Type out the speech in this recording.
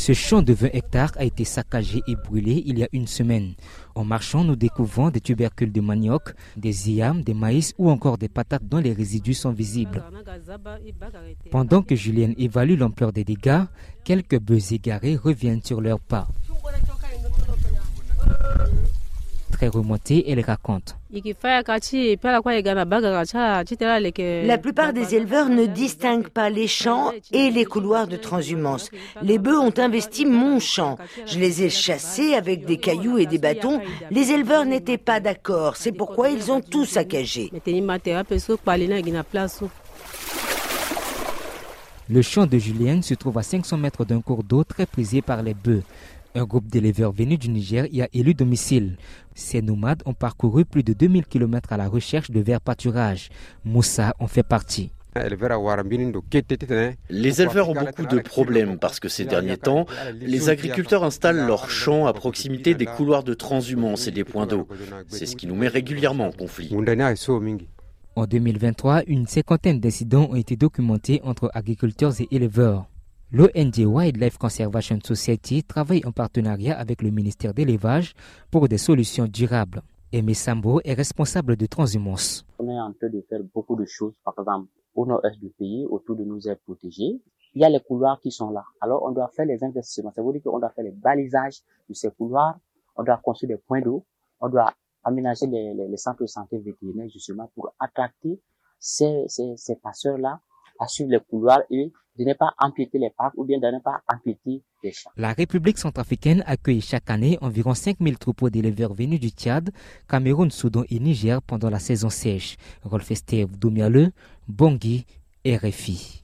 Ce champ de 20 hectares a été saccagé et brûlé il y a une semaine. En marchant, nous découvrons des tubercules de manioc, des iams, des maïs ou encore des patates dont les résidus sont visibles. Pendant que Julienne évalue l'ampleur des dégâts, quelques bœufs égarés reviennent sur leurs pas. Très remontée, elle raconte. La plupart des éleveurs ne distinguent pas les champs et les couloirs de transhumance. Les bœufs ont investi mon champ. Je les ai chassés avec des cailloux et des bâtons. Les éleveurs n'étaient pas d'accord. C'est pourquoi ils ont tout saccagé. Le champ de Julienne se trouve à 500 mètres d'un cours d'eau très prisé par les bœufs. Un groupe d'éleveurs venus du Niger y a élu domicile. Ces nomades ont parcouru plus de 2000 km à la recherche de verts pâturages. Moussa en fait partie. Les éleveurs ont beaucoup de problèmes parce que ces derniers temps, les agriculteurs installent leurs champs à proximité des couloirs de transhumance et des points d'eau. C'est ce qui nous met régulièrement en conflit. En 2023, une cinquantaine d'incidents ont été documentés entre agriculteurs et éleveurs. L'ONG Wildlife Conservation Society travaille en partenariat avec le ministère de l'Élevage pour des solutions durables. Aimé Sambo est responsable de transhumance. On est en train de faire beaucoup de choses, par exemple au nord-est du pays, autour de nos aires protégées. Il y a les couloirs qui sont là. Alors on doit faire les investissements. Ça veut dire qu'on doit faire les balisages de ces couloirs, on doit construire des points d'eau, on doit aménager les centres de santé vétérinaires justement pour attracter ces passeurs-là à suivre les couloirs et de ne pas empiéter les parcs ou bien de ne pas empiéter les champs. La République centrafricaine accueille chaque année environ 5000 troupeaux d'éleveurs venus du Tchad, Cameroun, Soudan et Niger pendant la saison sèche. Rolf Estève Doumialeux, Bangui, RFI.